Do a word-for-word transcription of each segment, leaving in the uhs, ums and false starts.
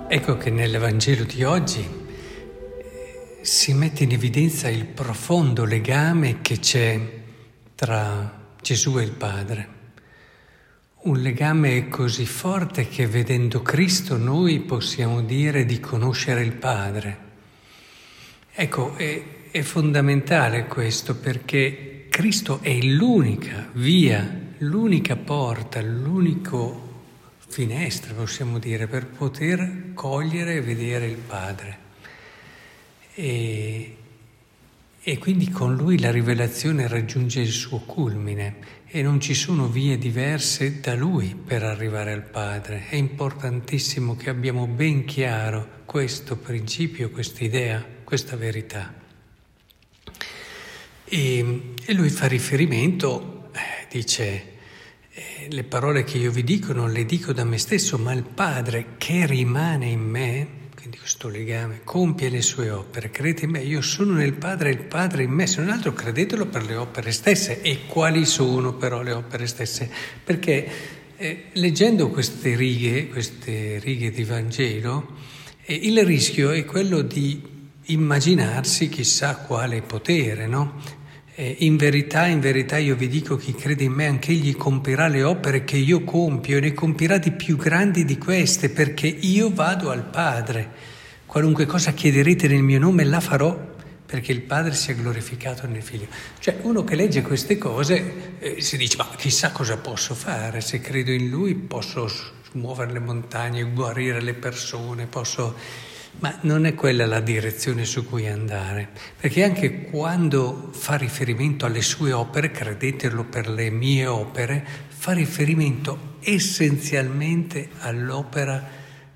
Ecco che nell'Evangelo di oggi si mette in evidenza il profondo legame che c'è tra Gesù e il Padre. Un legame così forte che vedendo Cristo noi possiamo dire di conoscere il Padre. Ecco, è, è fondamentale questo perché Cristo è l'unica via, l'unica porta, l'unico finestra, possiamo dire, per poter cogliere e vedere il Padre. E, e quindi con Lui la rivelazione raggiunge il suo culmine e non ci sono vie diverse da Lui per arrivare al Padre. È importantissimo che abbiamo ben chiaro questo principio, questa idea, questa verità. E, e Lui fa riferimento, eh, dice... Le parole che io vi dico non le dico da me stesso, ma il Padre che rimane in me, quindi questo legame, compie le sue opere. Credete in me, io sono nel Padre e il Padre in me, se non altro credetelo per le opere stesse. E quali sono però le opere stesse? Perché eh, leggendo queste righe, queste righe di Vangelo, eh, il rischio è quello di immaginarsi chissà quale potere, no? Eh, in verità, in verità io vi dico, chi crede in me anch'egli compirà le opere che io compio e ne compirà di più grandi di queste, perché io vado al Padre. Qualunque cosa chiederete nel mio nome la farò, perché il Padre sia glorificato nel Figlio. Cioè uno che legge queste cose eh, si dice, ma chissà cosa posso fare, se credo in Lui posso smuovere le montagne, guarire le persone, posso... Ma non è quella la direzione su cui andare, perché anche quando fa riferimento alle sue opere, credetelo per le mie opere, fa riferimento essenzialmente all'opera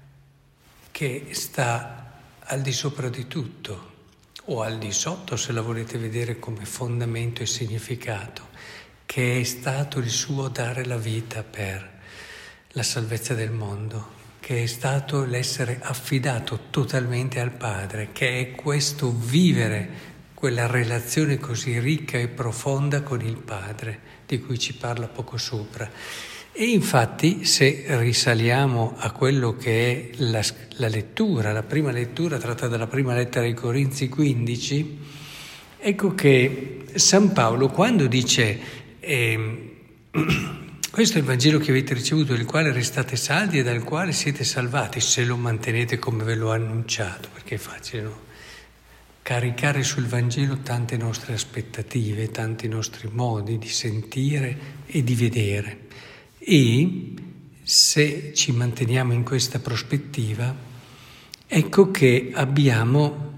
che sta al di sopra di tutto, o al di sotto se la volete vedere come fondamento e significato, che è stato il suo dare la vita per la salvezza del mondo, che è stato l'essere affidato totalmente al Padre, che è questo vivere quella relazione così ricca e profonda con il Padre, di cui ci parla poco sopra. E infatti, se risaliamo a quello che è la, la lettura, la prima lettura tratta dalla prima lettera ai Corinzi quindici, ecco che San Paolo, quando dice... Eh, questo è il Vangelo che avete ricevuto, del quale restate saldi e dal quale siete salvati, se lo mantenete come ve l'ho annunciato, perché è facile, no? Caricare sul Vangelo tante nostre aspettative, tanti nostri modi di sentire e di vedere. E se ci manteniamo in questa prospettiva, ecco che abbiamo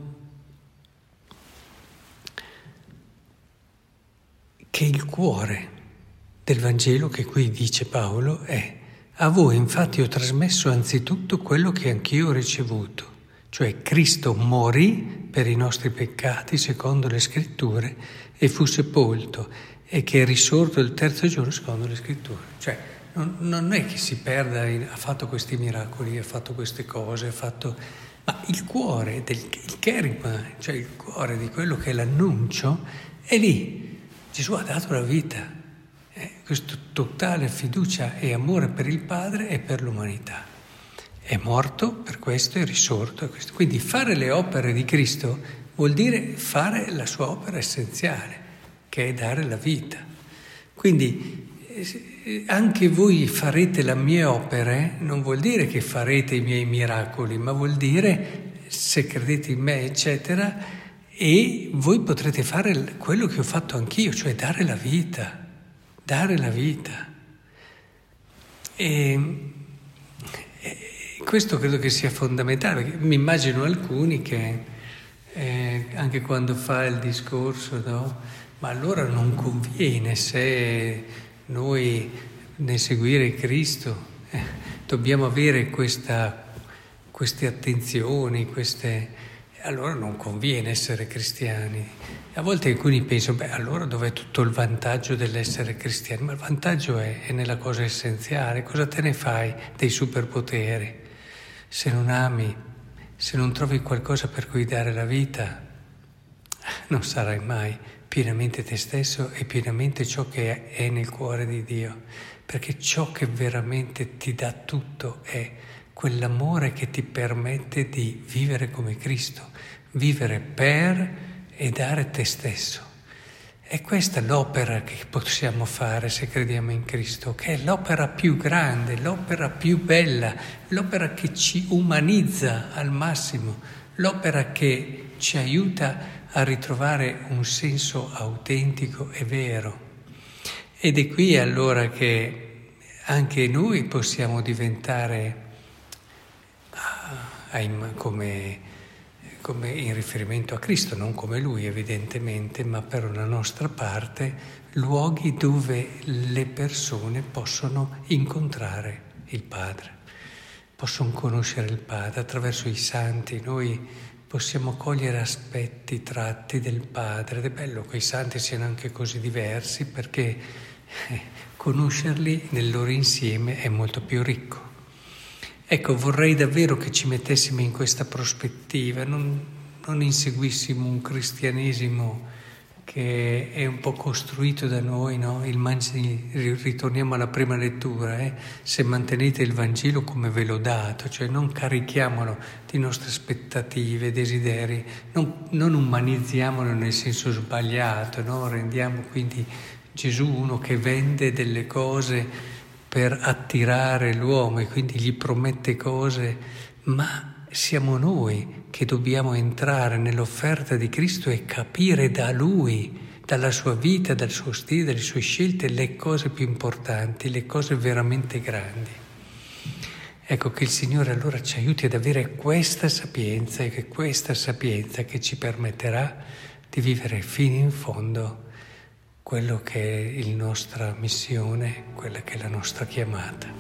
che il cuore del Vangelo, che qui dice Paolo, è: a voi infatti ho trasmesso anzitutto quello che anch'io ho ricevuto, cioè Cristo morì per i nostri peccati secondo le scritture e fu sepolto, e che è risorto il terzo giorno secondo le scritture. Cioè non, non è che si perda, in, ha fatto questi miracoli, ha fatto queste cose, ha fatto... ma il cuore del il kerigma, cioè il cuore di quello che è l'annuncio, è lì. Gesù ha dato la vita. Eh, questa totale fiducia e amore per il Padre e per l'umanità. È morto per questo, è risorto. Per questo. Quindi fare le opere di Cristo vuol dire fare la sua opera essenziale, che è dare la vita. Quindi eh, anche voi farete le mie opere, non vuol dire che farete i miei miracoli, ma vuol dire, se credete in me, eccetera, e voi potrete fare quello che ho fatto anch'io, cioè dare la vita. Dare la vita. E, e questo credo che sia fondamentale, perché mi immagino alcuni che eh, anche quando fa il discorso, no? Ma allora non conviene, se noi nel seguire Cristo eh, dobbiamo avere questa, queste attenzioni, queste... allora non conviene essere cristiani. A volte alcuni pensano, beh, allora dov'è tutto il vantaggio dell'essere cristiani? Ma il vantaggio è, è nella cosa essenziale. Cosa te ne fai dei superpoteri? Se non ami, se non trovi qualcosa per cui dare la vita, non sarai mai pienamente te stesso e pienamente ciò che è nel cuore di Dio. Perché ciò che veramente ti dà tutto è quell'amore che ti permette di vivere come Cristo, vivere per e dare te stesso. E questa è l'opera che possiamo fare se crediamo in Cristo, che è l'opera più grande, l'opera più bella, l'opera che ci umanizza al massimo, l'opera che ci aiuta a ritrovare un senso autentico e vero. Ed è qui allora che anche noi possiamo diventare, come, come in riferimento a Cristo, non come Lui evidentemente, ma per una nostra parte, luoghi dove le persone possono incontrare il Padre, possono conoscere il Padre attraverso i santi. Noi possiamo cogliere aspetti, tratti del Padre, ed è bello che i santi siano anche così diversi, perché eh, conoscerli nel loro insieme è molto più ricco. Ecco, vorrei davvero che ci mettessimo in questa prospettiva, non, non inseguissimo un cristianesimo che è un po' costruito da noi, no? Il mangi, ritorniamo alla prima lettura, eh? Se mantenete il Vangelo come ve l'ho dato, cioè non carichiamolo di nostre aspettative, desideri, non, non umanizziamolo nel senso sbagliato, no? Rendiamo quindi Gesù uno che vende delle cose per attirare l'uomo e quindi gli promette cose, ma siamo noi che dobbiamo entrare nell'offerta di Cristo e capire da Lui, dalla sua vita, dal suo stile, dalle sue scelte, le cose più importanti, le cose veramente grandi. Ecco, che il Signore allora ci aiuti ad avere questa sapienza, e che questa sapienza che ci permetterà di vivere fino in fondo quello che è la nostra missione, quella che è la nostra chiamata.